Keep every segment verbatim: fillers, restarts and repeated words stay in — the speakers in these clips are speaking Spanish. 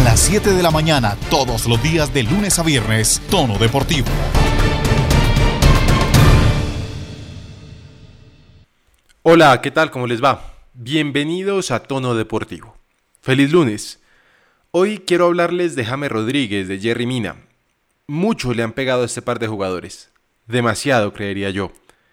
las siete de la mañana, todos los días de lunes a viernes, Tono Deportivo. Hola, ¿qué tal? ¿Cómo les va? Bienvenidos a Tono Deportivo. ¡Feliz lunes! Hoy quiero hablarles de James Rodríguez, de Yerry Mina. Mucho le han pegado a este par de jugadores. Demasiado, creería yo.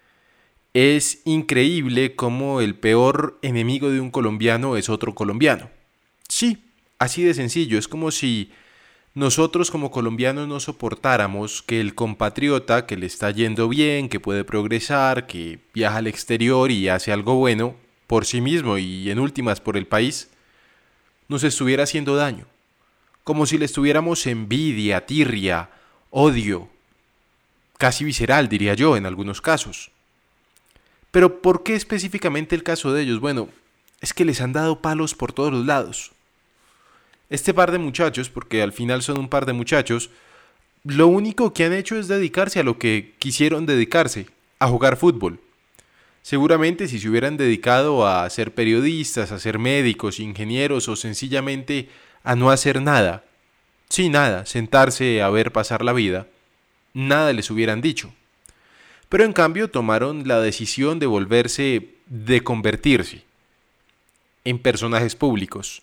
Es increíble cómo el peor enemigo de un colombiano es otro colombiano. Sí, así de sencillo. Es como si nosotros como colombianos no soportáramos que el compatriota que le está yendo bien, que puede progresar, que viaja al exterior y hace algo bueno por sí mismo y en últimas por el país, nos estuviera haciendo daño. Como si le estuviéramos envidia, tirria, odio, casi visceral diría yo en algunos casos. Pero ¿por qué específicamente el caso de ellos? Bueno, es que les han dado palos por todos los lados. Este par de muchachos, porque al final son un par de muchachos, lo único que han hecho es dedicarse a lo que quisieron dedicarse, a jugar fútbol. Seguramente si se hubieran dedicado a ser periodistas, a ser médicos, ingenieros o sencillamente a no hacer nada, sí, nada, sentarse a ver pasar la vida, nada les hubieran dicho. Pero en cambio tomaron la decisión de volverse, de convertirse en personajes públicos.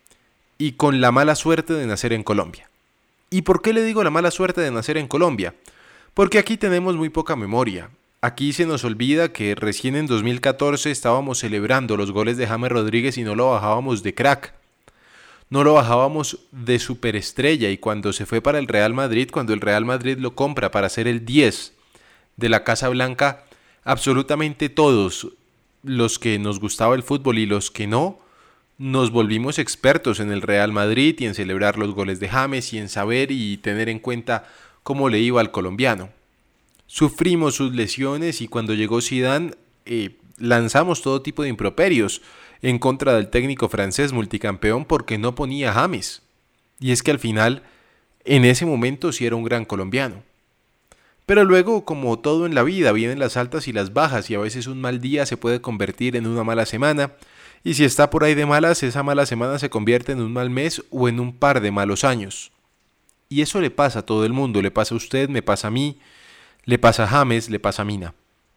Y con la mala suerte de nacer en Colombia. ¿Y por qué le digo la mala suerte de nacer en Colombia? Porque aquí tenemos muy poca memoria. Aquí se nos olvida que recién en dos mil catorce estábamos celebrando los goles de James Rodríguez y no lo bajábamos de crack. No lo bajábamos de superestrella, y cuando se fue para el Real Madrid, cuando el Real Madrid lo compra para ser el diez de la Casa Blanca, absolutamente todos los que nos gustaba el fútbol y los que no, nos volvimos expertos en el Real Madrid y en celebrar los goles de James y en saber y tener en cuenta cómo le iba al colombiano. Sufrimos sus lesiones y cuando llegó Zidane eh, lanzamos todo tipo de improperios en contra del técnico francés multicampeón porque no ponía a James. Y es que al final, en ese momento sí era un gran colombiano. Pero luego, como todo en la vida, vienen las altas y las bajas y a veces un mal día se puede convertir en una mala semana. Y si está por ahí de malas, esa mala semana se convierte en un mal mes o en un par de malos años. Y eso le pasa a todo el mundo, le pasa a usted, me pasa a mí, le pasa a James, le pasa a Mina.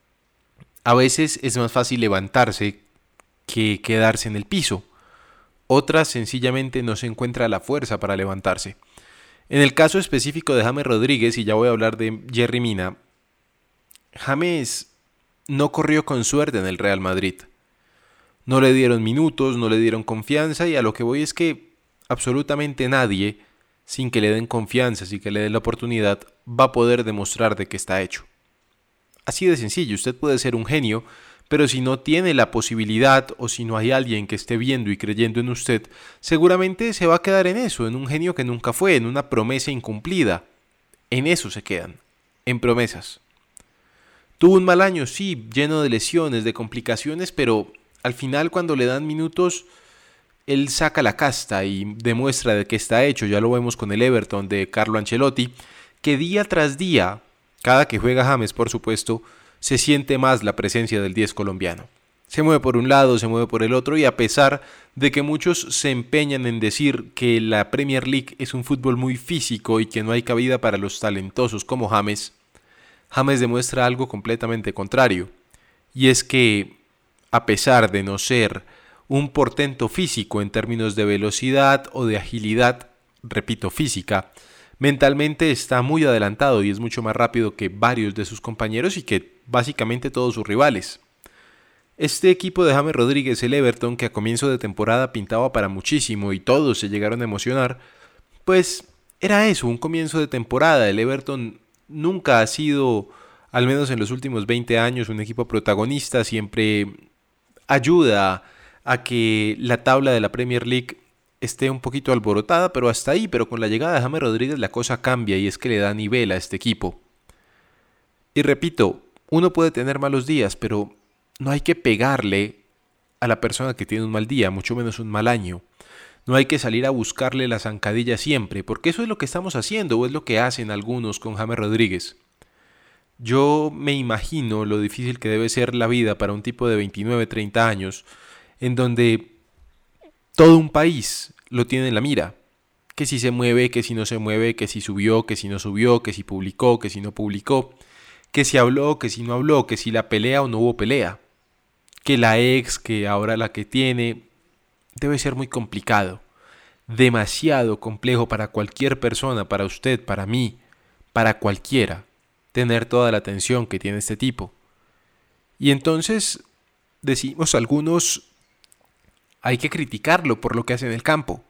A veces es más fácil levantarse que quedarse en el piso. Otras sencillamente no se encuentra la fuerza para levantarse. En el caso específico de James Rodríguez, y ya voy a hablar de Yerry Mina, James no corrió con suerte en el Real Madrid. No le dieron minutos, no le dieron confianza y a lo que voy es que absolutamente nadie, sin que le den confianza, sin que le den la oportunidad, va a poder demostrar de qué está hecho. Así de sencillo, usted puede ser un genio, pero si no tiene la posibilidad o si no hay alguien que esté viendo y creyendo en usted, seguramente se va a quedar en eso, en un genio que nunca fue, en una promesa incumplida. En eso se quedan, en promesas. Tuvo un mal año, sí, lleno de lesiones, de complicaciones, pero al final, cuando le dan minutos, él saca la casta y demuestra de qué está hecho. Ya lo vemos con el Everton de Carlo Ancelotti, que día tras día, cada que juega James, por supuesto, se siente más la presencia del diez colombiano. Se mueve por un lado, se mueve por el otro, y a pesar de que muchos se empeñan en decir que la Premier League es un fútbol muy físico y que no hay cabida para los talentosos como James, James demuestra algo completamente contrario, y es que a pesar de no ser un portento físico en términos de velocidad o de agilidad, repito, física, mentalmente está muy adelantado y es mucho más rápido que varios de sus compañeros y que básicamente todos sus rivales. Este equipo de James Rodríguez, el Everton, que a comienzo de temporada pintaba para muchísimo y todos se llegaron a emocionar, pues era eso, un comienzo de temporada. El Everton nunca ha sido, al menos en los últimos veinte años, un equipo protagonista. Siempre ayuda a que la tabla de la Premier League esté un poquito alborotada, pero hasta ahí. Pero con la llegada de James Rodríguez la cosa cambia y es que le da nivel a este equipo. Y repito, uno puede tener malos días, pero no hay que pegarle a la persona que tiene un mal día, mucho menos un mal año. No hay que salir a buscarle la zancadilla siempre, porque eso es lo que estamos haciendo o es lo que hacen algunos con James Rodríguez. Yo me imagino lo difícil que debe ser la vida para un tipo de veintinueve, treinta años, en donde todo un país lo tiene en la mira, que si se mueve, que si no se mueve, que si subió, que si no subió, que si publicó, que si no publicó, que si habló, que si no habló, que si la pelea o no hubo pelea, que la ex, que ahora la que tiene, debe ser muy complicado, demasiado complejo para cualquier persona, para usted, para mí, para cualquiera, tener toda la atención que tiene este tipo. Y entonces decimos algunos, hay que criticarlo por lo que hace en el campo.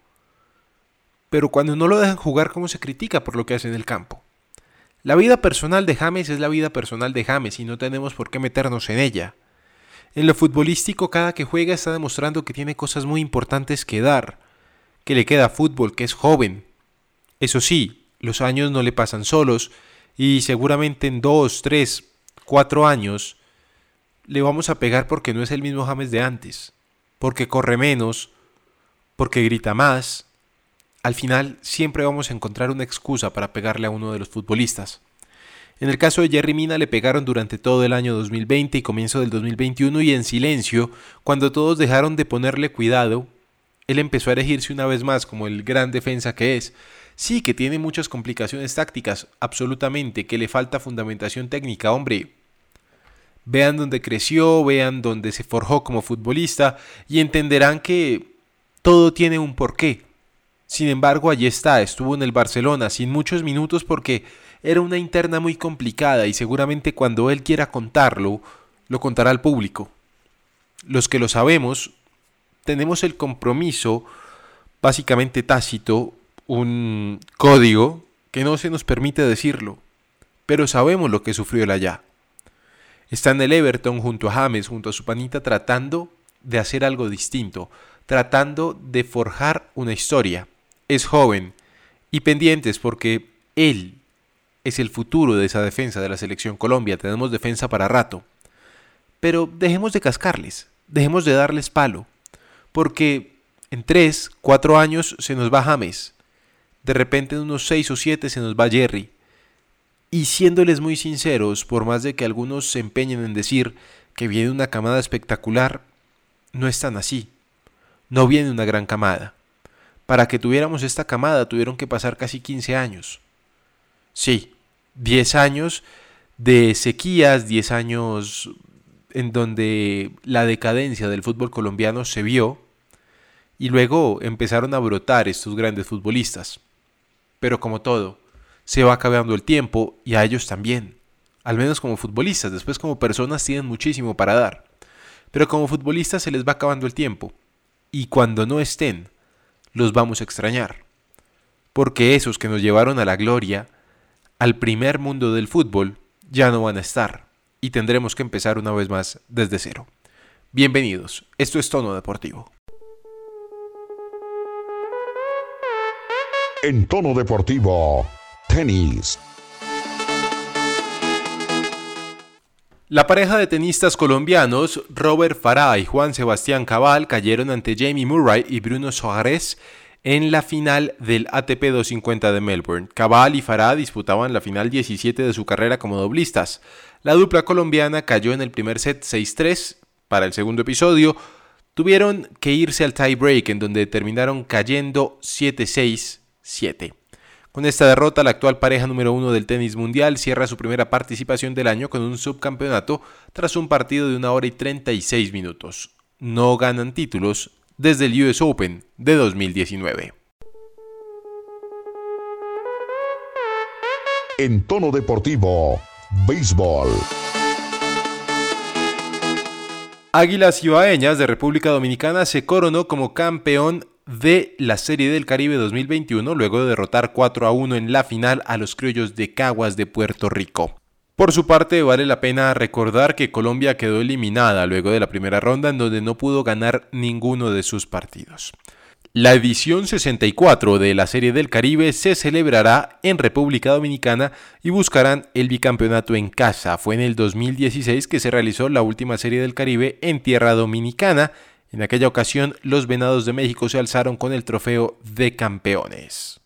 Pero cuando no lo dejan jugar, ¿cómo se critica por lo que hace en el campo? La vida personal de James es la vida personal de James y no tenemos por qué meternos en ella. En lo futbolístico, cada que juega está demostrando que tiene cosas muy importantes que dar, que le queda fútbol, que es joven. Eso sí, los años no le pasan solos y seguramente en dos, tres, cuatro años le vamos a pegar porque no es el mismo James de antes, porque corre menos, porque grita más. Al final siempre vamos a encontrar una excusa para pegarle a uno de los futbolistas. En el caso de Yerry Mina le pegaron durante todo el año dos mil veinte y comienzo del dos mil veintiuno y en silencio, cuando todos dejaron de ponerle cuidado, él empezó a erigirse una vez más como el gran defensa que es. Sí, que tiene muchas complicaciones tácticas, absolutamente, que le falta fundamentación técnica, hombre. Vean dónde creció, vean dónde se forjó como futbolista y entenderán que todo tiene un porqué. Sin embargo, allí está, estuvo en el Barcelona sin muchos minutos porque era una interna muy complicada y seguramente cuando él quiera contarlo, lo contará al público. Los que lo sabemos, tenemos el compromiso, básicamente tácito, un código que no se nos permite decirlo, pero sabemos lo que sufrió él allá. Está en el Everton junto a James, junto a su panita, tratando de hacer algo distinto, tratando de forjar una historia. Es joven y pendientes porque él es el futuro de esa defensa de la selección Colombia. Tenemos defensa para rato. Pero dejemos de cascarles, dejemos de darles palo, porque en tres, cuatro años se nos va James. De repente en unos seis o siete se nos va Yerry. Y siéndoles muy sinceros, por más de que algunos se empeñen en decir que viene una camada espectacular, no es tan así. No viene una gran camada. Para que tuviéramos esta camada tuvieron que pasar casi quince años. Sí, diez años de sequías, diez años en donde la decadencia del fútbol colombiano se vio y luego empezaron a brotar estos grandes futbolistas. Pero como todo, se va acabando el tiempo y a ellos también. Al menos como futbolistas, después como personas tienen muchísimo para dar. Pero como futbolistas se les va acabando el tiempo. Y cuando no estén, los vamos a extrañar. Porque esos que nos llevaron a la gloria, al primer mundo del fútbol, ya no van a estar. Y tendremos que empezar una vez más desde cero. Bienvenidos, esto es Tono Deportivo. En Tono Deportivo, tenis. La pareja de tenistas colombianos, Robert Farah y Juan Sebastián Cabal, cayeron ante Jamie Murray y Bruno Soares en la final del A T P doscientos cincuenta de Melbourne. Cabal y Farah disputaban la final diecisiete de su carrera como doblistas. La dupla colombiana cayó en el primer set seis tres. Para el segundo episodio, tuvieron que irse al tie break, en donde terminaron cayendo siete seis siete. Con esta derrota, la actual pareja número uno del tenis mundial cierra su primera participación del año con un subcampeonato tras un partido de una hora y treinta y seis minutos. No ganan títulos desde el U S Open de dos mil diecinueve. En Tono Deportivo, béisbol. Águilas Ibaeñas de República Dominicana se coronó como campeón de la Serie del Caribe dos mil veintiuno luego de derrotar cuatro a uno en la final a los criollos de Caguas de Puerto Rico. Por su parte, vale la pena recordar que Colombia quedó eliminada luego de la primera ronda en donde no pudo ganar ninguno de sus partidos. La edición sesenta y cuatro de la Serie del Caribe se celebrará en República Dominicana y buscarán el bicampeonato en casa. Fue en el dos mil dieciséis que se realizó la última Serie del Caribe en tierra dominicana. En aquella ocasión, los Venados de México se alzaron con el trofeo de campeones.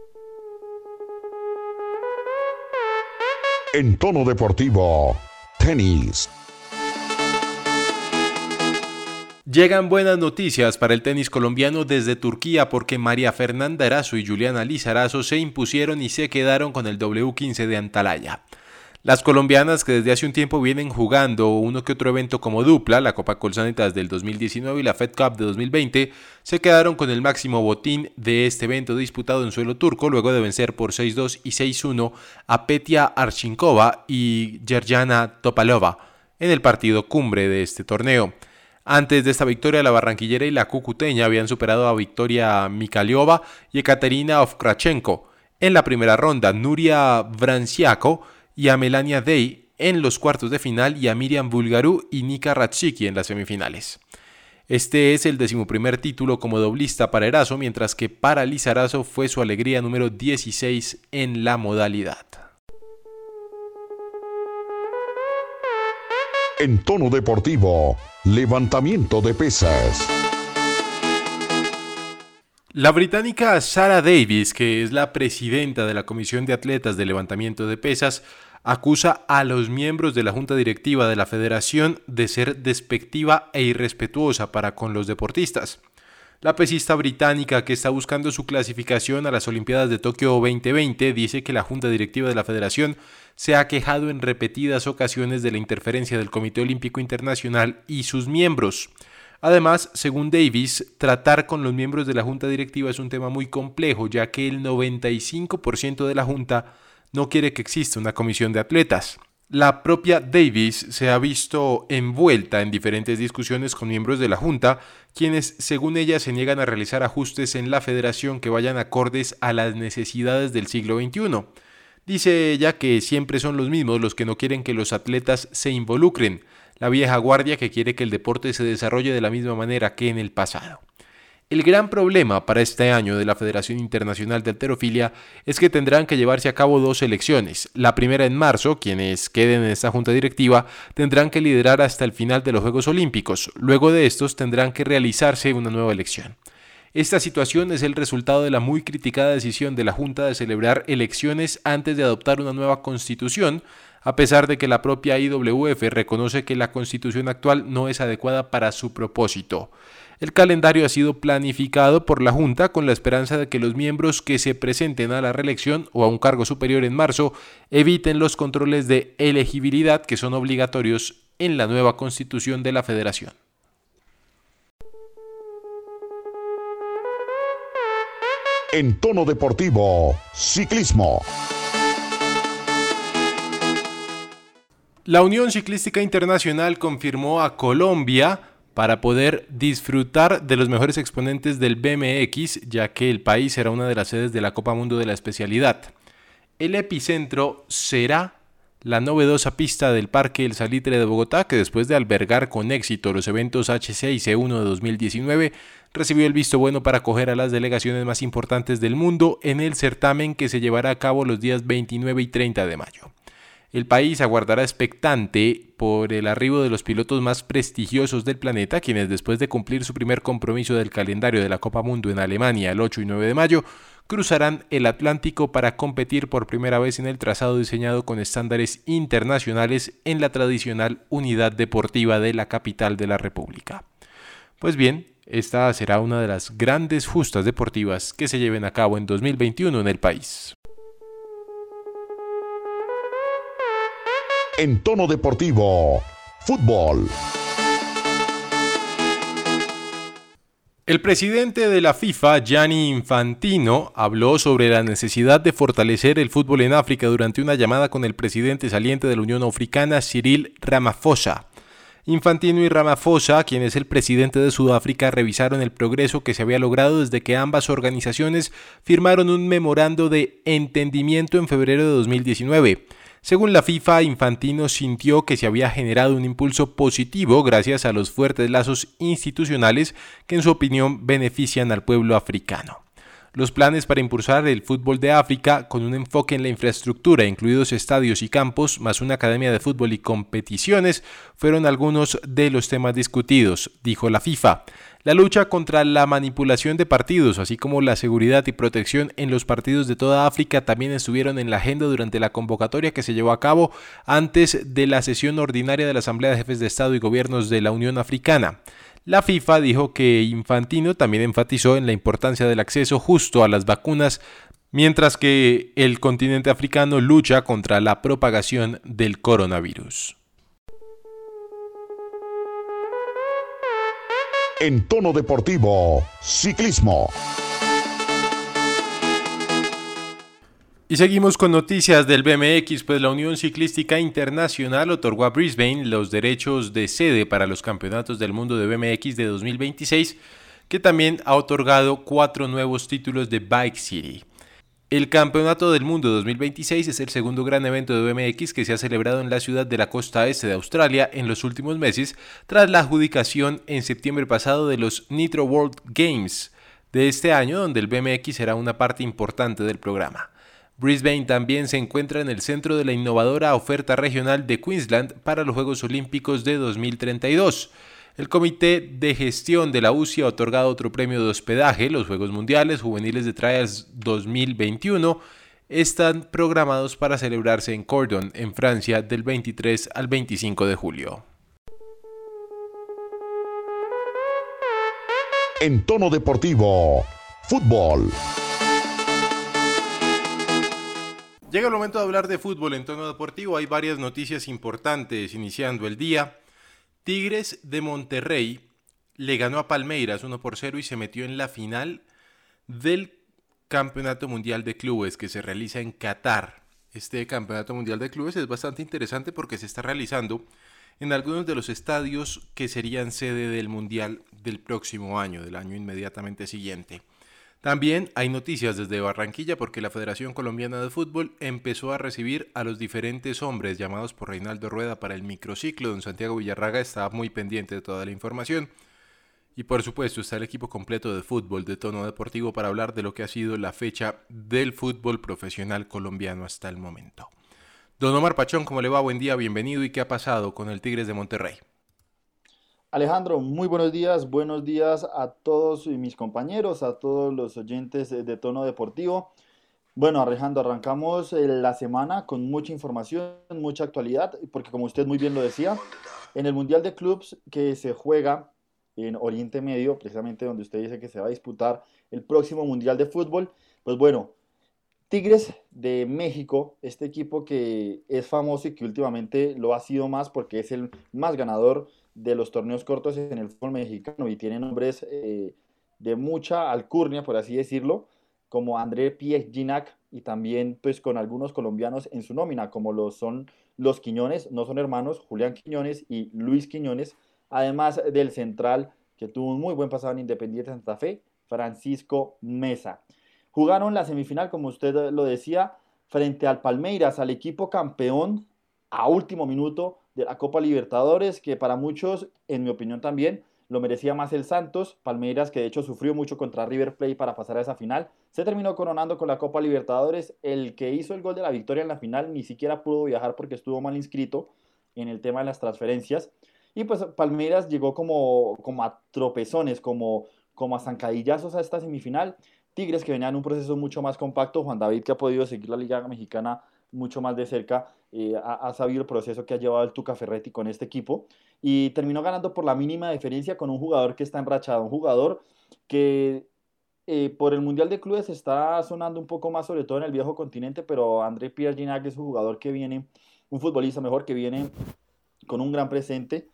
En Tono Deportivo, tenis. Llegan buenas noticias para el tenis colombiano desde Turquía porque María Fernanda Erazo y Juliana Lizarazo se impusieron y se quedaron con el doble u quince de Antalya. Las colombianas, que desde hace un tiempo vienen jugando uno que otro evento como dupla, la Copa Colsanitas del dos mil diecinueve y la Fed Cup de dos mil veinte, se quedaron con el máximo botín de este evento disputado en suelo turco luego de vencer por seis dos y seis uno a Petia Archinkova y Gerjana Topalova en el partido cumbre de este torneo. Antes de esta victoria, la barranquillera y la cucuteña habían superado a Victoria Mikaliova y Ekaterina Ovkrachenko en la primera ronda, Nuria Vranciaco y a Melania Day en los cuartos de final y a Miriam Bulgarú y Nika Ratsiki en las semifinales. Este es el decimoprimer título como doblista para Erazo, mientras que para Lizarazo fue su alegría número dieciséis en la modalidad. En tono deportivo, levantamiento de pesas. La británica Sarah Davis, que es la presidenta de la Comisión de Atletas de Levantamiento de Pesas, acusa a los miembros de la Junta Directiva de la Federación de ser despectiva e irrespetuosa para con los deportistas. La pesista británica, que está buscando su clasificación a las Olimpiadas de Tokio veinte veinte, dice que la Junta Directiva de la Federación se ha quejado en repetidas ocasiones de la interferencia del Comité Olímpico Internacional y sus miembros. Además, según Davis, tratar con los miembros de la Junta Directiva es un tema muy complejo, ya que el noventa y cinco por ciento de la Junta no quiere que exista una comisión de atletas. La propia Davis se ha visto envuelta en diferentes discusiones con miembros de la Junta, quienes, según ella, se niegan a realizar ajustes en la federación que vayan acordes a las necesidades del siglo veintiuno. Dice ella que siempre son los mismos los que no quieren que los atletas se involucren, la vieja guardia que quiere que el deporte se desarrolle de la misma manera que en el pasado. El gran problema para este año de la Federación Internacional de Halterofilia es que tendrán que llevarse a cabo dos elecciones. La primera en marzo, quienes queden en esta junta directiva tendrán que liderar hasta el final de los Juegos Olímpicos. Luego de estos tendrán que realizarse una nueva elección. Esta situación es el resultado de la muy criticada decisión de la Junta de celebrar elecciones antes de adoptar una nueva constitución, a pesar de que la propia I W F reconoce que la constitución actual no es adecuada para su propósito. El calendario ha sido planificado por la Junta con la esperanza de que los miembros que se presenten a la reelección o a un cargo superior en marzo eviten los controles de elegibilidad que son obligatorios en la nueva constitución de la Federación. En tono deportivo, ciclismo. La Unión Ciclística Internacional confirmó a Colombia para poder disfrutar de los mejores exponentes del B M X, ya que el país será una de las sedes de la Copa Mundo de la especialidad. El epicentro será la novedosa pista del Parque El Salitre de Bogotá, que después de albergar con éxito los eventos H C y C uno de dos mil diecinueve, recibió el visto bueno para acoger a las delegaciones más importantes del mundo en el certamen que se llevará a cabo los días veintinueve y treinta de mayo. El país aguardará expectante por el arribo de los pilotos más prestigiosos del planeta, quienes después de cumplir su primer compromiso del calendario de la Copa Mundo en Alemania el ocho y nueve de mayo, cruzarán el Atlántico para competir por primera vez en el trazado diseñado con estándares internacionales en la tradicional unidad deportiva de la capital de la República. Pues bien, esta será una de las grandes justas deportivas que se lleven a cabo en dos mil veintiuno en el país. En tono deportivo, fútbol. El presidente de la FIFA, Gianni Infantino, habló sobre la necesidad de fortalecer el fútbol en África durante una llamada con el presidente saliente de la Unión Africana, Cyril Ramaphosa. Infantino y Ramaphosa, quien es el presidente de Sudáfrica, revisaron el progreso que se había logrado desde que ambas organizaciones firmaron un memorando de entendimiento en febrero de dos mil diecinueve. Según la FIFA, Infantino sintió que se había generado un impulso positivo gracias a los fuertes lazos institucionales que en su opinión benefician al pueblo africano. Los planes para impulsar el fútbol de África con un enfoque en la infraestructura, incluidos estadios y campos, más una academia de fútbol y competiciones, fueron algunos de los temas discutidos, dijo la FIFA. La lucha contra la manipulación de partidos, así como la seguridad y protección en los partidos de toda África, también estuvieron en la agenda durante la convocatoria que se llevó a cabo antes de la sesión ordinaria de la Asamblea de Jefes de Estado y Gobiernos de la Unión Africana. La FIFA dijo que Infantino también enfatizó en la importancia del acceso justo a las vacunas, mientras que el continente africano lucha contra la propagación del coronavirus. En tono deportivo, ciclismo. Y seguimos con noticias del B M X, pues la Unión Ciclística Internacional otorgó a Brisbane los derechos de sede para los campeonatos del mundo de B M X de dos mil veintiséis, que también ha otorgado cuatro nuevos títulos de Bike City. El Campeonato del Mundo dos mil veintiséis es el segundo gran evento de B M X que se ha celebrado en la ciudad de la costa este de Australia en los últimos meses, tras la adjudicación en septiembre pasado de los Nitro World Games de este año, donde el B M X será una parte importante del programa. Brisbane también se encuentra en el centro de la innovadora oferta regional de Queensland para los Juegos Olímpicos de dos mil treinta y dos. El Comité de Gestión de la U C I ha otorgado otro premio de hospedaje. Los Juegos Mundiales Juveniles de Trials dos mil veintiuno están programados para celebrarse en Cordon, en Francia, del veintitrés al veinticinco de julio. En tono deportivo, fútbol. Llega el momento de hablar de fútbol en tono deportivo. Hay varias noticias importantes iniciando el día. Tigres de Monterrey le ganó a Palmeiras uno por cero y se metió en la final del Campeonato Mundial de Clubes que se realiza en Qatar. Este Campeonato Mundial de Clubes es bastante interesante porque se está realizando en algunos de los estadios que serían sede del Mundial del próximo año, del año inmediatamente siguiente. También hay noticias desde Barranquilla porque la Federación Colombiana de Fútbol empezó a recibir a los diferentes hombres llamados por Reinaldo Rueda para el microciclo. Don Santiago Villarraga está muy pendiente de toda la información. Y por supuesto está el equipo completo de fútbol de tono deportivo para hablar de lo que ha sido la fecha del fútbol profesional colombiano hasta el momento. Don Omar Pachón, ¿cómo le va? Buen día, bienvenido. ¿Y qué ha pasado con el Tigres de Monterrey? Alejandro, muy buenos días, buenos días a todos mis compañeros, a todos los oyentes de Tono Deportivo. Bueno, Alejandro, arrancamos la semana con mucha información, mucha actualidad, porque como usted muy bien lo decía, en el Mundial de Clubs que se juega en Oriente Medio, precisamente donde usted dice que se va a disputar el próximo Mundial de Fútbol, pues bueno, Tigres de México, este equipo que es famoso y que últimamente lo ha sido más porque es el más ganador de los torneos cortos en el fútbol mexicano y tiene nombres eh, de mucha alcurnia, por así decirlo, como André Pierre Gignac y también pues con algunos colombianos en su nómina, como lo son los Quiñones, no son hermanos, Julián Quiñones y Luis Quiñones, además del central que tuvo un muy buen pasado en Independiente Santa Fe, Francisco Mesa. Jugaron la semifinal, como usted lo decía, frente al Palmeiras, al equipo campeón a último minuto de la Copa Libertadores, que para muchos, en mi opinión también, lo merecía más el Santos. Palmeiras, que de hecho sufrió mucho contra River Plate para pasar a esa final, se terminó coronando con la Copa Libertadores. El que hizo el gol de la victoria en la final ni siquiera pudo viajar porque estuvo mal inscrito en el tema de las transferencias. Y pues Palmeiras llegó como, como a tropezones, como, como a zancadillazos a esta semifinal. Tigres, que venía en un proceso mucho más compacto, Juan David, que ha podido seguir la Liga Mexicana mucho más de cerca, eh, ha, ha sabido el proceso que ha llevado el Tuca Ferretti con este equipo y terminó ganando por la mínima diferencia con un jugador que está enrachado, un jugador que eh, por el Mundial de Clubes está sonando un poco más, sobre todo en el viejo continente, pero André Pierre Gignac es un jugador que viene, un futbolista mejor, que viene con un gran presente,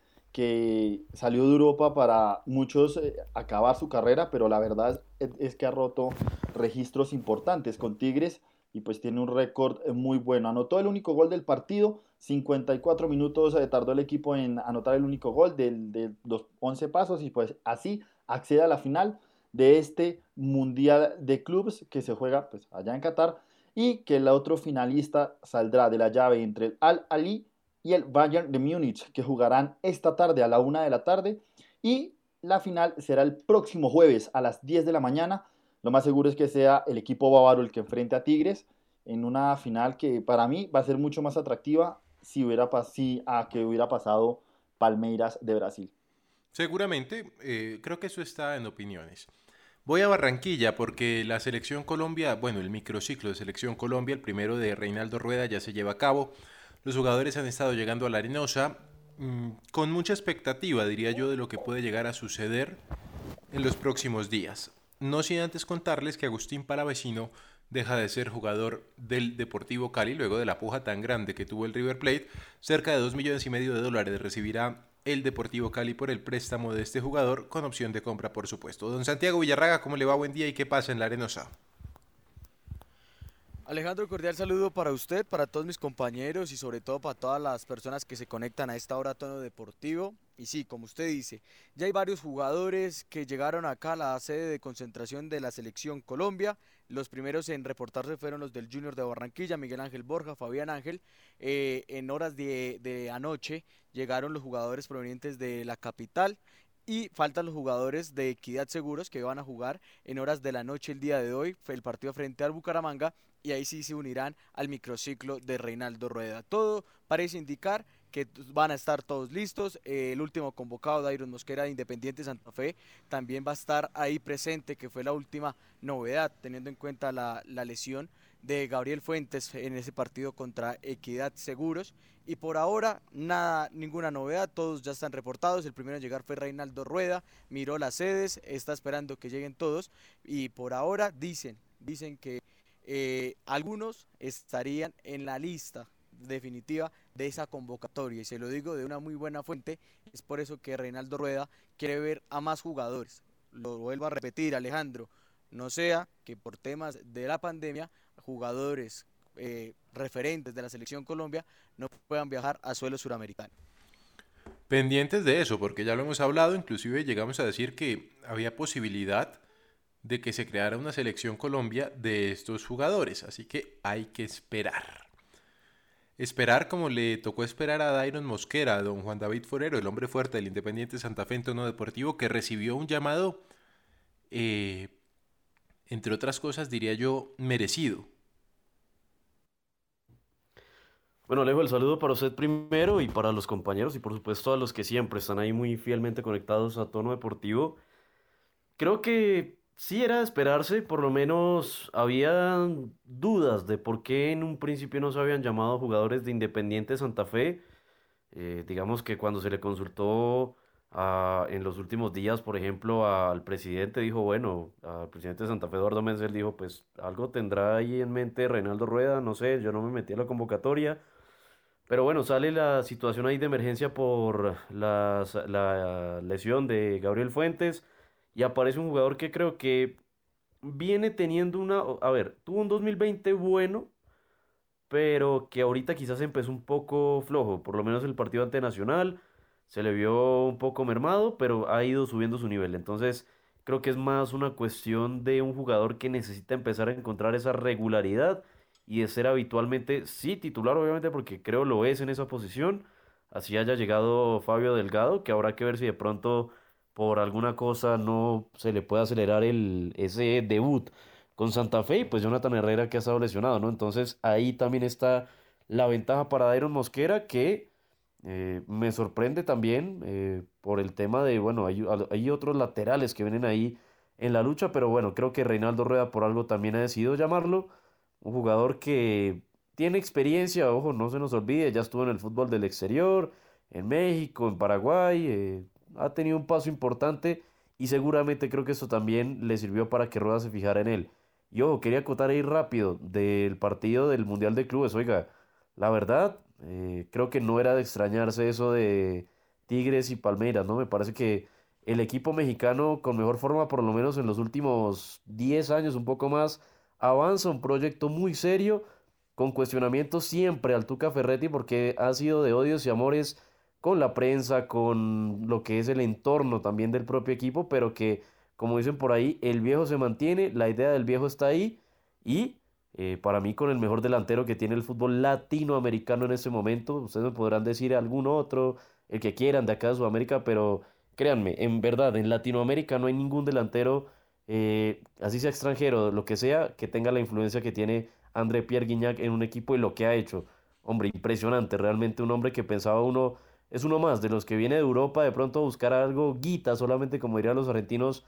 que salió de Europa para muchos eh, acabar su carrera, pero la verdad es, es que ha roto registros importantes con Tigres y pues tiene un récord muy bueno. Anotó el único gol del partido, cincuenta y cuatro minutos eh, tardó el equipo en anotar el único gol de, de los once pasos y pues así accede a la final de este Mundial de Clubes que se juega pues allá en Qatar y que el otro finalista saldrá de la llave entre el Al-Ahly y el Bayern de Múnich, que jugarán esta tarde a la una de la tarde y la final será el próximo jueves a las diez de la mañana. Lo más seguro es que sea el equipo bávaro el que enfrente a Tigres en una final que para mí va a ser mucho más atractiva si hubiera, si, a que hubiera pasado Palmeiras de Brasil. Seguramente, eh, creo que eso está en opiniones. Voy a Barranquilla porque la Selección Colombia, bueno, el microciclo de Selección Colombia, el primero de Reinaldo Rueda, ya se lleva a cabo. Los jugadores han estado llegando a la Arenosa, mm, con mucha expectativa, diría yo, de lo que puede llegar a suceder en los próximos días. No sin antes contarles que Agustín Palavecino deja de ser jugador del Deportivo Cali luego de la puja tan grande que tuvo el River Plate. Cerca de dos millones y medio de dólares recibirá el Deportivo Cali por el préstamo de este jugador, con opción de compra, por supuesto. Don Santiago Villarraga, ¿cómo le va? Buen día y qué pasa en la Arenosa. Alejandro, cordial saludo para usted, para todos mis compañeros y sobre todo para todas las personas que se conectan a esta hora a Tono Deportivo. Y sí, como usted dice, ya hay varios jugadores que llegaron acá a la sede de concentración de la Selección Colombia. Los primeros en reportarse fueron los del Junior de Barranquilla, Miguel Ángel Borja, Fabián Ángel. Eh, en horas de, de anoche llegaron los jugadores provenientes de la capital. Y faltan los jugadores de Equidad Seguros que van a jugar en horas de la noche el día de hoy, el partido frente al Bucaramanga, y ahí sí se unirán al microciclo de Reinaldo Rueda. Todo parece indicar que van a estar todos listos. El último convocado, Dairon Mosquera de Independiente Santa Fe, también va a estar ahí presente, que fue la última novedad, teniendo en cuenta la, la lesión de Gabriel Fuentes en ese partido contra Equidad Seguros. Y por ahora nada, ninguna novedad, todos ya están reportados. El primero en llegar fue Reinaldo Rueda, miró las sedes, está esperando que lleguen todos y por ahora dicen, dicen que eh, algunos estarían en la lista definitiva de esa convocatoria, y se lo digo de una muy buena fuente. Es por eso que Reinaldo Rueda quiere ver a más jugadores. Lo vuelvo a repetir, Alejandro, no sea que por temas de la pandemia jugadores eh, referentes de la Selección Colombia no puedan viajar a suelo suramericano. Pendientes de eso, porque ya lo hemos hablado, inclusive llegamos a decir que había posibilidad de que se creara una Selección Colombia de estos jugadores, así que hay que esperar. Esperar como le tocó esperar a Dairon Mosquera, a don Juan David Forero, el hombre fuerte del Independiente Santa Fe en Tono Deportivo, que recibió un llamado, eh, entre otras cosas, diría yo, merecido. Bueno, Alejo, el saludo para usted primero y para los compañeros y por supuesto a los que siempre están ahí muy fielmente conectados a Tono Deportivo. Creo que sí era de esperarse, por lo menos había dudas de por qué en un principio no se habían llamado jugadores de Independiente Santa Fe. Eh, digamos que cuando se le consultó a- en los últimos días, por ejemplo, al presidente, dijo, bueno, al presidente de Santa Fe, Eduardo Menzel, dijo, pues algo tendrá ahí en mente Reinaldo Rueda, no sé, yo no me metí a la convocatoria. Pero bueno, sale la situación ahí de emergencia por la, la lesión de Gabriel Fuentes y aparece un jugador que creo que viene teniendo una... A ver, tuvo un dos mil veinte bueno, pero que ahorita quizás empezó un poco flojo, por lo menos el partido ante Nacional se le vio un poco mermado, pero ha ido subiendo su nivel. Entonces, creo que es más una cuestión de un jugador que necesita empezar a encontrar esa regularidad y de ser habitualmente, sí, titular, obviamente, porque creo lo es en esa posición. Así haya llegado Fabio Delgado, que habrá que ver si de pronto por alguna cosa no se le puede acelerar el, ese debut con Santa Fe y pues Jonathan Herrera que ha estado lesionado, ¿no? Entonces ahí también está la ventaja para Dairon Mosquera que eh, me sorprende también eh, por el tema de, bueno, hay, hay otros laterales que vienen ahí en la lucha, pero bueno, creo que Reinaldo Rueda por algo también ha decidido llamarlo, un jugador que tiene experiencia, ojo, no se nos olvide, ya estuvo en el fútbol del exterior, en México, en Paraguay, eh, ha tenido un paso importante y seguramente creo que eso también le sirvió para que Rueda se fijara en él. Y ojo, quería acotar ahí rápido del partido del Mundial de Clubes. Oiga, la verdad, eh, creo que no era de extrañarse eso de Tigres y Palmeiras, ¿no? Me parece que el equipo mexicano con mejor forma, por lo menos en los últimos diez años, un poco más, avanza un proyecto muy serio, con cuestionamientos siempre al Tuca Ferretti, porque ha sido de odios y amores con la prensa, con lo que es el entorno también del propio equipo, pero que como dicen por ahí, el viejo se mantiene, la idea del viejo está ahí y eh, para mí con el mejor delantero que tiene el fútbol latinoamericano en este momento, ustedes me podrán decir algún otro, el que quieran de acá de Sudamérica, pero créanme, en verdad, en Latinoamérica no hay ningún delantero, eh, así sea extranjero, lo que sea, que tenga la influencia que tiene André Pierre Guignac en un equipo y lo que ha hecho. Hombre, impresionante, realmente un hombre que pensaba uno, es uno más de los que viene de Europa de pronto a buscar algo guita, solamente como dirían los argentinos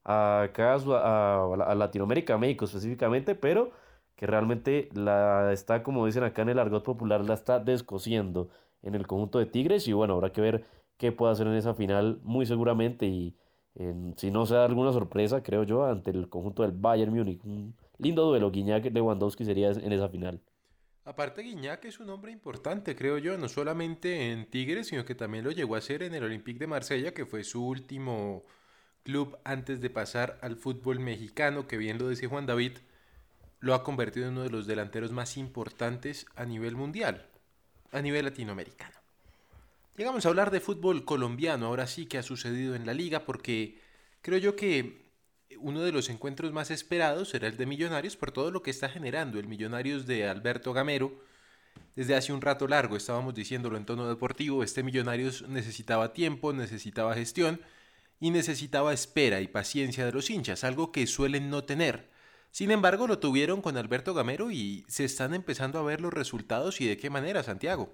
acá a, Sud- a- a Latinoamérica, a México específicamente, pero que realmente la está, como dicen acá en el argot popular, la está descosiendo en el conjunto de Tigres y bueno, habrá que ver qué puede hacer en esa final muy seguramente y en- si no se da alguna sorpresa, creo yo, ante el conjunto del Bayern Múnich. Un lindo duelo, Guiñac-Lewandowski sería en esa final. Aparte, Guiñac es un hombre importante, creo yo, no solamente en Tigres, sino que también lo llegó a hacer en el Olympique de Marsella, que fue su último club antes de pasar al fútbol mexicano, que bien lo decía Juan David, lo ha convertido en uno de los delanteros más importantes a nivel mundial, a nivel latinoamericano. Llegamos a hablar de fútbol colombiano, ahora sí que ha sucedido en la liga, porque creo yo que uno de los encuentros más esperados será el de Millonarios por todo lo que está generando el Millonarios de Alberto Gamero. Desde hace un rato largo estábamos diciéndolo en tono deportivo, este Millonarios necesitaba tiempo, necesitaba gestión y necesitaba espera y paciencia de los hinchas, algo que suelen no tener. Sin embargo, lo tuvieron con Alberto Gamero y se están empezando a ver los resultados y de qué manera, Santiago.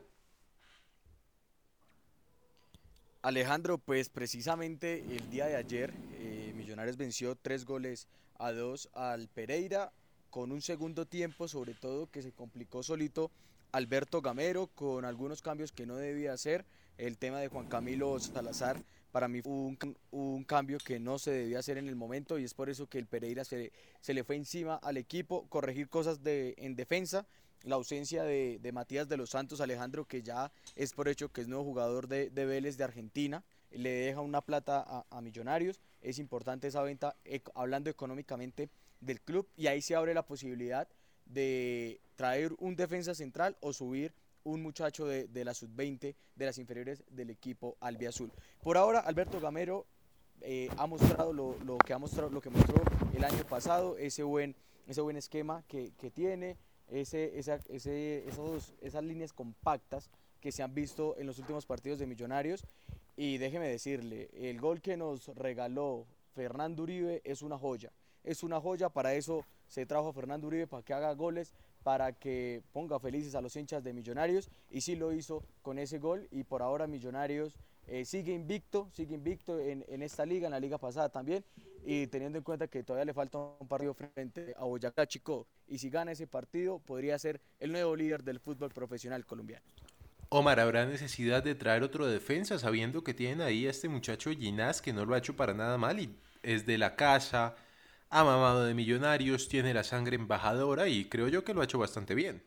Alejandro, pues precisamente el día de ayer eh, Millonarios venció tres goles a dos al Pereira con un segundo tiempo sobre todo que se complicó solito Alberto Gamero con algunos cambios que no debía hacer. El tema de Juan Camilo Salazar para mí fue un, un cambio que no se debía hacer en el momento y es por eso que el Pereira se, se le fue encima al equipo, corregir cosas de, en defensa. La ausencia de, de Matías de los Santos, Alejandro, que ya es por hecho que es nuevo jugador de, de Vélez de Argentina, le deja una plata a, a Millonarios, es importante esa venta eh, hablando económicamente del club y ahí se abre la posibilidad de traer un defensa central o subir un muchacho de, de la sub veinte de las inferiores del equipo albiazul. Por ahora Alberto Gamero eh, ha mostrado lo, lo que ha mostrado, lo que mostró el año pasado, ese buen, ese buen esquema que, que tiene. Ese, esa, ese, esos, esas líneas compactas que se han visto en los últimos partidos de Millonarios y déjeme decirle, el gol que nos regaló Fernando Uribe es una joya, es una joya, para eso se trajo a Fernando Uribe, para que haga goles, para que ponga felices a los hinchas de Millonarios y sí lo hizo con ese gol y por ahora Millonarios eh, sigue invicto, sigue invicto en, en esta liga, en la liga pasada también y teniendo en cuenta que todavía le falta un partido frente a Boyacá Chicó y si gana ese partido podría ser el nuevo líder del fútbol profesional colombiano. Omar, ¿habrá necesidad de traer otro defensa sabiendo que tienen ahí a este muchacho Ginás que no lo ha hecho para nada mal y es de la casa, ha mamado de Millonarios, tiene la sangre embajadora y creo yo que lo ha hecho bastante bien?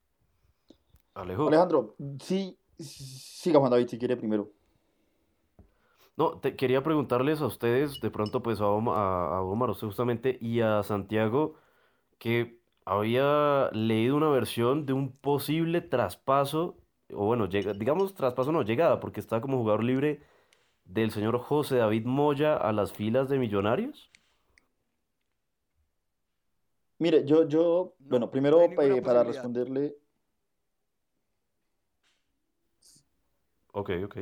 Alejo. Alejandro, sí, siga Juan David si quiere primero. No, te, quería preguntarles a ustedes, de pronto pues a, Om- a, a Omar, usted justamente, y a Santiago, que había leído una versión de un posible traspaso, o bueno, llega, digamos traspaso no, llegada, porque está como jugador libre del señor José David Moya a las filas de Millonarios. Mire, yo, yo, No, bueno, no hay primero ninguna eh, para posibilidad. responderle, Ok, ok.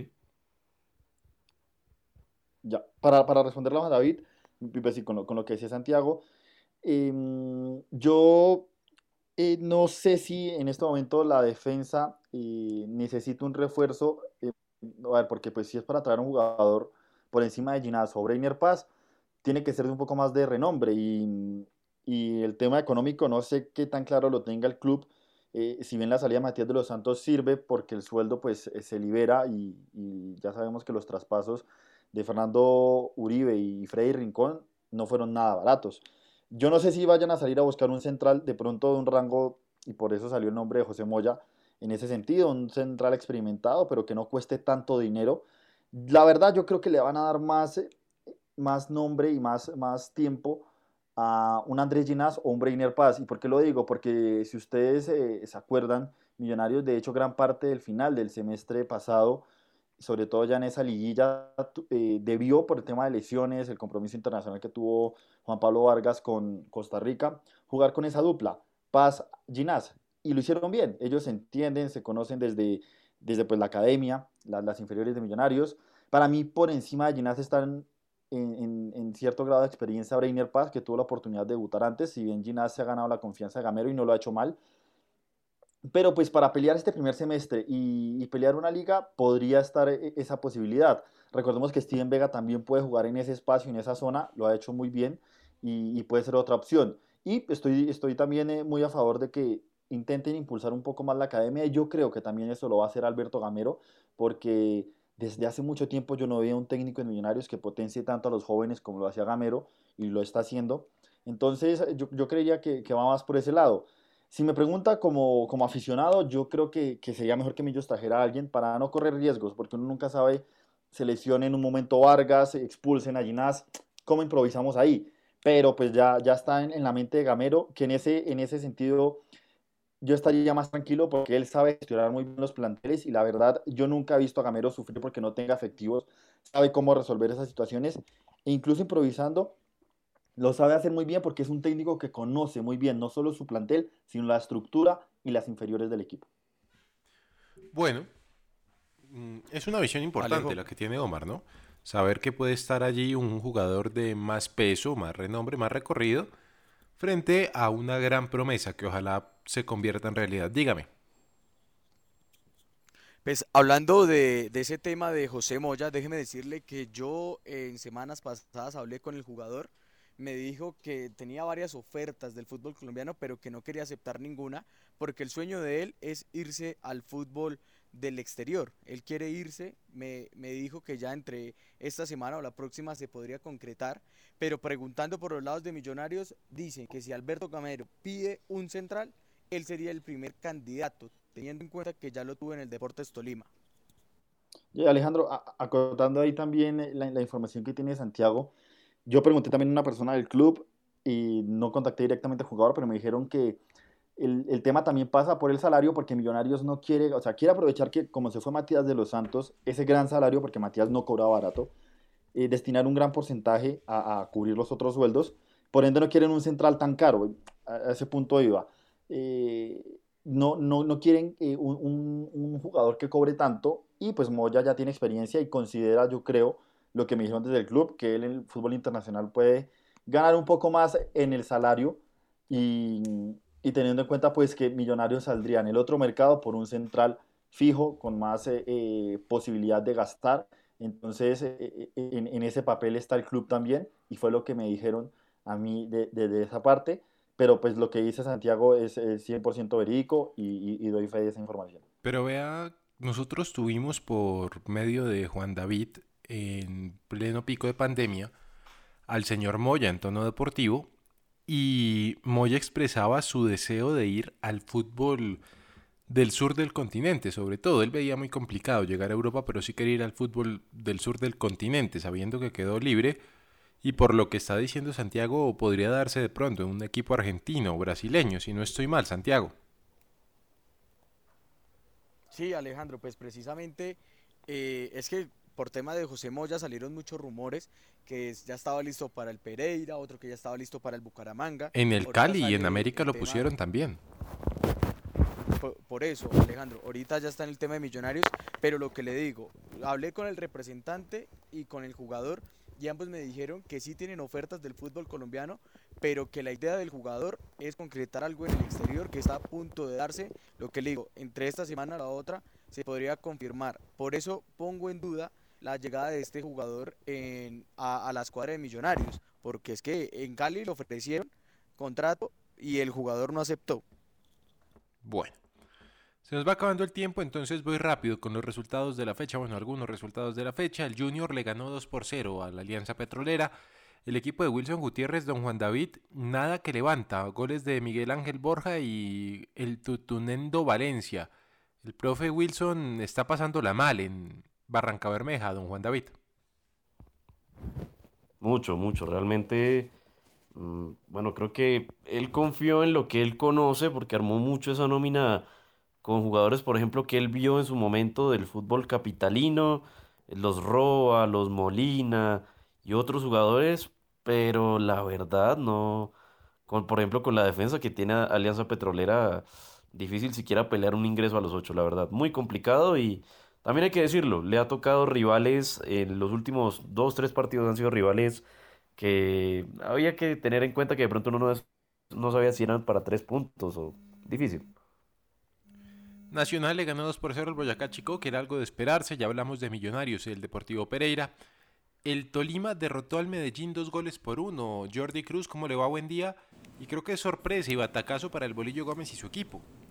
ya, para, para responderle a Juan David, pues sí, con lo, con lo que decía Santiago, em, yo eh, no sé si en este momento la defensa eh, necesita un refuerzo, eh, a ver, porque pues si es para traer un jugador por encima de Ginás o Breiner Paz, tiene que ser de un poco más de renombre y, y el tema económico no sé qué tan claro lo tenga el club. Eh, si bien la salida de Matías de los Santos sirve porque el sueldo pues eh, se libera y, y ya sabemos que los traspasos de Fernando Uribe y Freddy Rincón no fueron nada baratos. Yo no sé si vayan a salir a buscar un central de pronto de un rango, y por eso salió el nombre de José Moya en ese sentido, un central experimentado, pero que no cueste tanto dinero. La verdad, yo creo que le van a dar más, eh, más nombre y más, más tiempo a un Andrés Ginás o un Breiner Paz. ¿Y por qué lo digo? Porque si ustedes eh, se acuerdan, Millonarios, de hecho, gran parte del final del semestre pasado, sobre todo ya en esa liguilla, eh, debió por el tema de lesiones, el compromiso internacional que tuvo Juan Pablo Vargas con Costa Rica, jugar con esa dupla, Paz, Ginás, y lo hicieron bien. Ellos se entienden, se conocen desde, desde pues, la academia, la, las inferiores de Millonarios. Para mí, por encima de Ginás están en, en, en cierto grado de experiencia Breiner Paz, que tuvo la oportunidad de debutar antes, si bien Ginás se ha ganado la confianza de Gamero y no lo ha hecho mal, pero pues para pelear este primer semestre y, y pelear una liga podría estar e- esa posibilidad. Recordemos que Steven Vega también puede jugar en ese espacio, en esa zona, lo ha hecho muy bien y, y puede ser otra opción. Y estoy, estoy también eh, muy a favor de que intenten impulsar un poco más la academia, y yo creo que también eso lo va a hacer Alberto Gamero, porque desde hace mucho tiempo yo no veía un técnico en Millonarios que potencie tanto a los jóvenes como lo hacía Gamero, y lo está haciendo. Entonces yo, yo creería que, que va más por ese lado. Si me pregunta como, como aficionado, yo creo que, que sería mejor que Millos trajera a alguien para no correr riesgos, porque uno nunca sabe, se lesione en un momento Vargas, se expulsen a Ginás, ¿cómo improvisamos ahí? Pero pues ya, ya está en, en la mente de Gamero, que en ese, en ese sentido yo estaría más tranquilo porque él sabe gestionar muy bien los planteles, y la verdad yo nunca he visto a Gamero sufrir porque no tenga efectivos, sabe cómo resolver esas situaciones, e incluso improvisando lo sabe hacer muy bien porque es un técnico que conoce muy bien no solo su plantel, sino la estructura y las inferiores del equipo. Bueno, mm, es una visión importante Alejo. la que tiene Omar, ¿no? Saber que puede estar allí un jugador de más peso, más renombre, más recorrido, frente a una gran promesa que ojalá se convierta en realidad. Dígame. Pues hablando de, de ese tema de José Moya, déjeme decirle que yo en semanas pasadas hablé con el jugador, me dijo que tenía varias ofertas del fútbol colombiano, pero que no quería aceptar ninguna, porque el sueño de él es irse al fútbol del exterior. Él quiere irse, me, me dijo que ya entre esta semana o la próxima se podría concretar, pero preguntando por los lados de Millonarios, dicen que si Alberto Gamero pide un central, él sería el primer candidato, teniendo en cuenta que ya lo tuvo en el Deportes Tolima. Y Alejandro, a- acotando ahí también eh, la, la información que tiene Santiago, yo pregunté también a una persona del club y no contacté directamente al jugador, pero me dijeron que el, el tema también pasa por el salario, porque Millonarios no quiere, o sea, quiere aprovechar que como se fue Matías de los Santos, ese gran salario, porque Matías no cobraba barato, eh, destinar un gran porcentaje a, a cubrir los otros sueldos. Por ende, no quieren un central tan caro. A, a ese punto iba. Eh, no, no, no quieren eh, un, un, un, jugador que cobre tanto, y pues Moya ya tiene experiencia y considera, yo creo, lo que me dijeron desde el club, que él en el fútbol internacional puede ganar un poco más en el salario, y, y teniendo en cuenta pues que Millonarios saldría en el otro mercado por un central fijo con más eh, eh, posibilidad de gastar. Entonces, eh, eh, en, en, ese papel está el club también, y fue lo que me dijeron a mí de, de, de esa parte, pero pues lo que dice Santiago es, es cien por ciento verídico, y, y, y doy fe de esa información. Pero vea, nosotros tuvimos por medio de Juan David, en pleno pico de pandemia, al señor Moya en Tono Deportivo, y Moya expresaba su deseo de ir al fútbol del sur del continente. Sobre todo, él veía muy complicado llegar a Europa, pero sí quería ir al fútbol del sur del continente, sabiendo que quedó libre, y por lo que está diciendo Santiago, podría darse de pronto en un equipo argentino o brasileño, si no estoy mal, Santiago. Sí, Alejandro, pues precisamente eh, es que por tema de José Moya salieron muchos rumores que es- ya estaba listo para el Pereira, otro que ya estaba listo para el Bucaramanga. En el Ahorita Cali y en sale América el lo tema, pusieron también. por, por eso, Alejandro, ahorita ya está en el tema de Millonarios, pero lo que le digo, hablé con el representante y con el jugador, y ambos me dijeron que sí tienen ofertas del fútbol colombiano, pero que la idea del jugador es concretar algo en el exterior que está a punto de darse. Lo que le digo, entre esta semana y la otra se podría confirmar. Por eso pongo en duda la llegada de este jugador en, a, a la escuadra de Millonarios, porque es que en Cali le ofrecieron contrato y el jugador no aceptó. Bueno, se nos va acabando el tiempo, entonces voy rápido con los resultados de la fecha. Bueno, algunos resultados de la fecha. El Junior le ganó dos por cero a la Alianza Petrolera. El equipo de Wilson Gutiérrez, don Juan David, nada que levanta. Goles de Miguel Ángel Borja y el Tutunendo Valencia. El profe Wilson está pasándola mal en Barranca Bermeja, don Juan David. Mucho, mucho. Realmente, mm, bueno, creo que él confió en lo que él conoce porque armó mucho esa nómina con jugadores, por ejemplo, que él vio en su momento del fútbol capitalino, los Roa, los Molina y otros jugadores, pero la verdad no, con, por ejemplo, con la defensa que tiene Alianza Petrolera, difícil siquiera pelear un ingreso a los ocho, la verdad, muy complicado. Y también hay que decirlo, le ha tocado rivales en los últimos dos, tres partidos han sido rivales que había que tener en cuenta que de pronto uno no, es- no sabía si eran para tres puntos o difícil. Nacional le ganó dos por cero al Boyacá Chico, que era algo de esperarse. Ya hablamos de Millonarios y el Deportivo Pereira. El Tolima derrotó al Medellín dos goles por uno. Jordi Cruz, ¿cómo le va? Buen día. Y creo que es sorpresa y batacazo para el Bolillo Gómez y su equipo.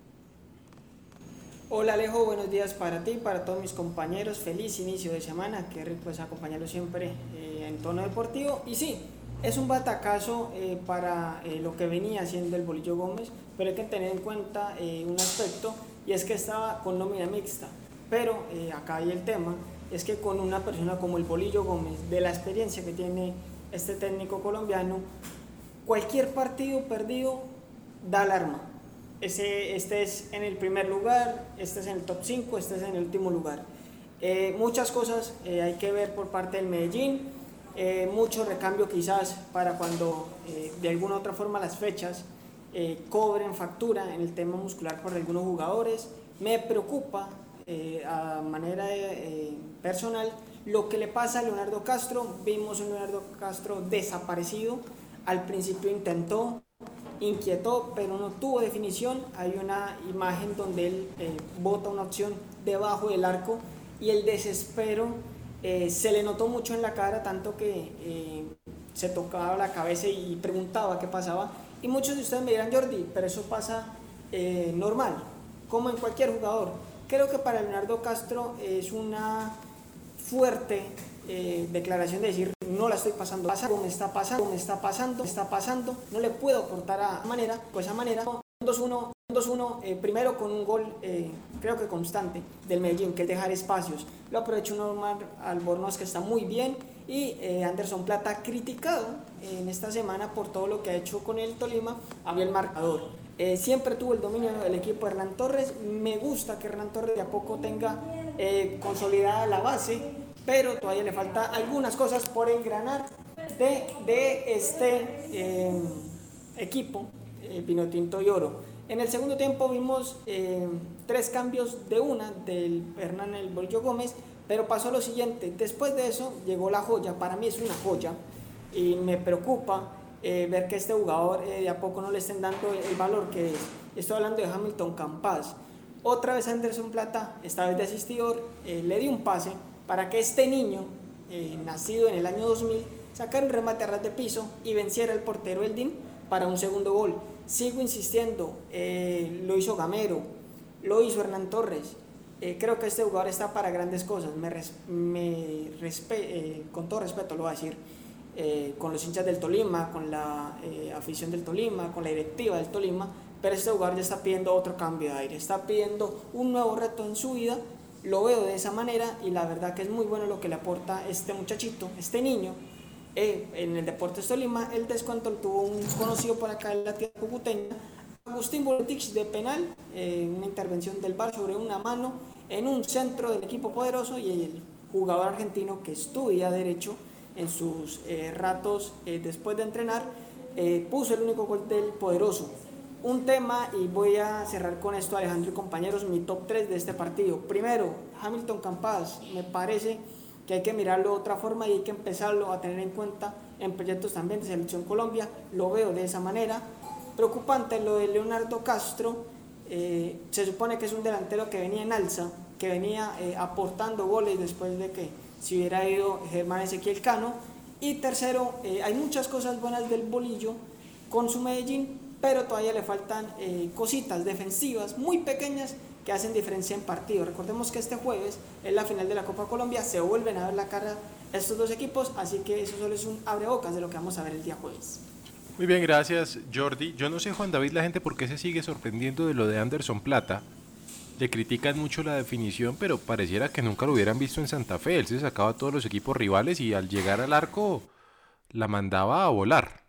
Hola Alejo, buenos días para ti, para todos mis compañeros, feliz inicio de semana, qué rico es acompañarlos siempre eh, en tono deportivo. Y sí, es un batacazo eh, para eh, lo que venía haciendo el Bolillo Gómez, pero hay que tener en cuenta eh, un aspecto, y es que estaba con nómina mixta, pero eh, acá hay el tema, es que con una persona como el Bolillo Gómez, de la experiencia que tiene este técnico colombiano, cualquier partido perdido da alarma. Ese, este es en el primer lugar, este es en el top cinco, este es en el último lugar. Eh, muchas cosas eh, hay que ver por parte del Medellín, eh, mucho recambio quizás para cuando eh, de alguna u otra forma las fechas eh, cobren factura en el tema muscular por algunos jugadores. Me preocupa eh, a manera de, eh, personal lo que le pasa a Leonardo Castro. Vimos a un Leonardo Castro desaparecido, al principio intentó, inquietó, pero no tuvo definición. Hay una imagen donde él eh, bota una opción debajo del arco y el desespero eh, se le notó mucho en la cara, tanto que eh, se tocaba la cabeza y preguntaba qué pasaba. Y muchos de ustedes me dirán, Jordi, pero eso pasa eh, normal, como en cualquier jugador. Creo que para Leonardo Castro es una fuerte eh, declaración de decir, no la estoy pasando, pasa, me está pasando, me está pasando, me está pasando, no le puedo aportar a manera, pues esa manera, dos uno, dos uno eh, primero con un gol, eh, creo que constante, del Medellín, que es dejar espacios. Lo aprovechó un Omar Albornoz que está muy bien, y eh, Anderson Plata, criticado en esta semana por todo lo que ha hecho con el Tolima, había el marcador. Eh, siempre tuvo el dominio del equipo de Hernán Torres. Me gusta que Hernán Torres de a poco tenga eh, consolidada la base, pero todavía le falta algunas cosas por engranar de, de este eh, equipo, eh, Pinotinto y Oro. En el segundo tiempo vimos eh, tres cambios de una del Hernán El Bolillo Gómez, pero pasó lo siguiente. Después de eso llegó la joya, para mí es una joya, y me preocupa eh, ver que este jugador eh, de a poco no le estén dando el valor que es. Estoy hablando de Hamilton Campas. Otra vez Anderson Plata, esta vez de asistidor, eh, le dio un pase para que este niño, eh, nacido en el año dos mil, sacara un remate a ras de piso y venciera al portero Eldin para un segundo gol. Sigo insistiendo, eh, lo hizo Gamero, lo hizo Hernán Torres. Eh, creo que este jugador está para grandes cosas. Me, res, me respe, eh, con todo respeto lo voy a decir, eh, con los hinchas del Tolima, con la eh, afición del Tolima, con la directiva del Tolima, pero este jugador ya está pidiendo otro cambio de aire, está pidiendo un nuevo reto en su vida. Lo veo de esa manera y la verdad que es muy bueno lo que le aporta este muchachito, este niño, eh, en el Deportes Tolima. El descuento lo tuvo un conocido por acá en la tierra cucuteña, Agustín Boletich, de penal, eh, una intervención del V A R sobre una mano en un centro del equipo poderoso, y el jugador argentino que estudia derecho en sus eh, ratos eh, después de entrenar, eh, puso el único gol del poderoso. Un tema, y voy a cerrar con esto, Alejandro y compañeros, mi top tres de este partido. Primero, Hamilton Campas. Me parece que hay que mirarlo de otra forma y hay que empezarlo a tener en cuenta en proyectos también de Selección Colombia. Lo veo de esa manera. Preocupante lo de Leonardo Castro. Eh, se supone que es un delantero que venía en alza, que venía eh, aportando goles después de que se hubiera ido Germán Ezequiel Cano. Y tercero, eh, hay muchas cosas buenas del Bolillo con su Medellín, pero todavía le faltan eh, cositas defensivas muy pequeñas que hacen diferencia en partido. Recordemos que este jueves es la final de la Copa Colombia, se vuelven a ver la cara estos dos equipos, así que eso solo es un abrebocas de lo que vamos a ver el día jueves. Muy bien, gracias Jordi. Yo no sé, Juan David, la gente por qué se sigue sorprendiendo de lo de Anderson Plata. Le critican mucho la definición, pero pareciera que nunca lo hubieran visto en Santa Fe. Él se sacaba a todos los equipos rivales y al llegar al arco la mandaba a volar.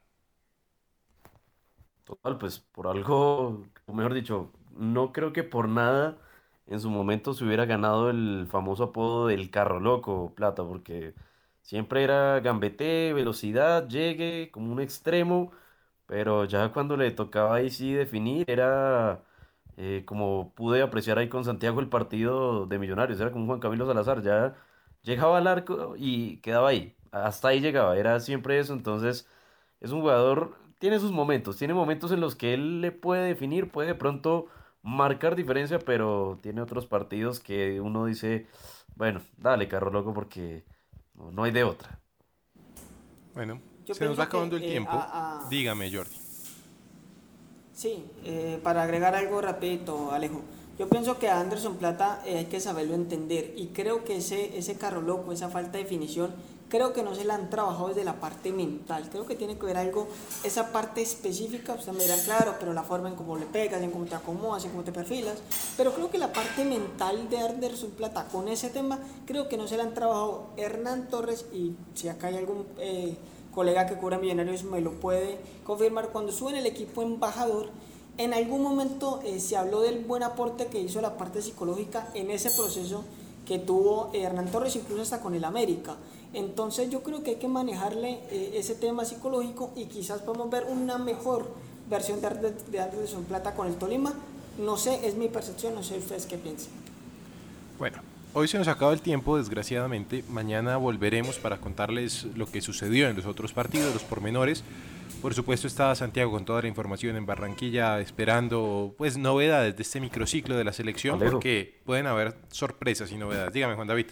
Total, pues por algo, o mejor dicho, no creo que por nada en su momento se hubiera ganado el famoso apodo del carro loco Plata, porque siempre era gambete, velocidad, llegue como un extremo, pero ya cuando le tocaba ahí sí definir, era eh, como pude apreciar ahí con Santiago el partido de Millonarios, era como un Juan Camilo Salazar, ya llegaba al arco y quedaba ahí, hasta ahí llegaba, era siempre eso. Entonces es un jugador, tiene sus momentos, tiene momentos en los que él le puede definir, puede de pronto marcar diferencia, pero tiene otros partidos que uno dice, bueno, dale carro loco porque no, no hay de otra. Bueno, Yo se nos va pienso acabando que, el eh, tiempo. a- a- Dígame, Jordi. Sí, eh, para agregar algo rapidito, Alejo. Yo pienso que a Anderson Plata eh, hay que saberlo entender y creo que ese, ese carro loco, esa falta de definición, creo que no se la han trabajado desde la parte mental. Creo que tiene que ver algo, esa parte específica, ustedes me dirán, claro, pero la forma en cómo le pegas, en cómo te acomodas, en cómo te perfilas, pero creo que la parte mental de Anderson Plata con ese tema, creo que no se la han trabajado Hernán Torres, y si acá hay algún eh, colega que cubra Millonarios me lo puede confirmar, cuando sube en el equipo embajador, en algún momento eh, se habló del buen aporte que hizo la parte psicológica en ese proceso que tuvo eh, Hernán Torres, incluso hasta con el América. Entonces yo creo que hay que manejarle eh, ese tema psicológico y quizás podemos ver una mejor versión de, de Anderson Plata con el Tolima. No sé, es mi percepción, no sé ustedes qué piensan. Bueno, hoy se nos acaba el tiempo, desgraciadamente. Mañana volveremos para contarles lo que sucedió en los otros partidos, los pormenores. Por supuesto está Santiago con toda la información en Barranquilla, esperando pues novedades de este microciclo de la selección, Alejo, porque pueden haber sorpresas y novedades. Dígame, Juan David.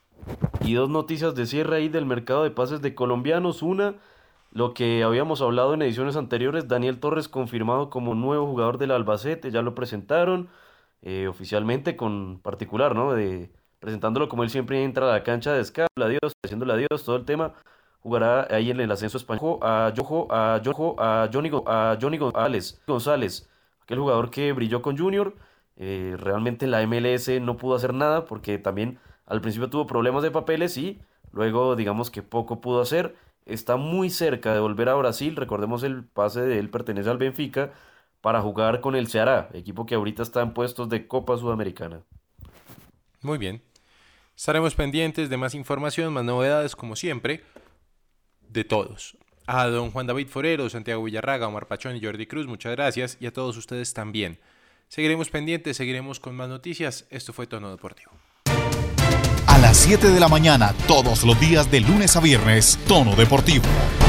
Y dos noticias de cierre ahí del mercado de pases de colombianos. Una, lo que habíamos hablado en ediciones anteriores, Daniel Torres confirmado como nuevo jugador del Albacete, ya lo presentaron eh, oficialmente con particular, ¿no? De, presentándolo como él siempre entra a la cancha de escala, adiós, haciéndole adiós, todo el tema. Jugará ahí en el ascenso español a Yojo, a Yojo, a Johnny, a Johnny González, González, aquel jugador que brilló con Junior. Eh, realmente en la M L S no pudo hacer nada porque también al principio tuvo problemas de papeles y luego digamos que poco pudo hacer. Está muy cerca de volver a Brasil, recordemos el pase de él pertenece al Benfica para jugar con el Ceará, equipo que ahorita está en puestos de Copa Sudamericana. Muy bien, estaremos pendientes de más información, más novedades como siempre, de todos. A don Juan David Forero, Santiago Villarraga, Omar Pachón y Jordi Cruz, muchas gracias, y a todos ustedes también. Seguiremos pendientes, seguiremos con más noticias. Esto fue Tono Deportivo. A las siete de la mañana, todos los días de lunes a viernes, Tono Deportivo.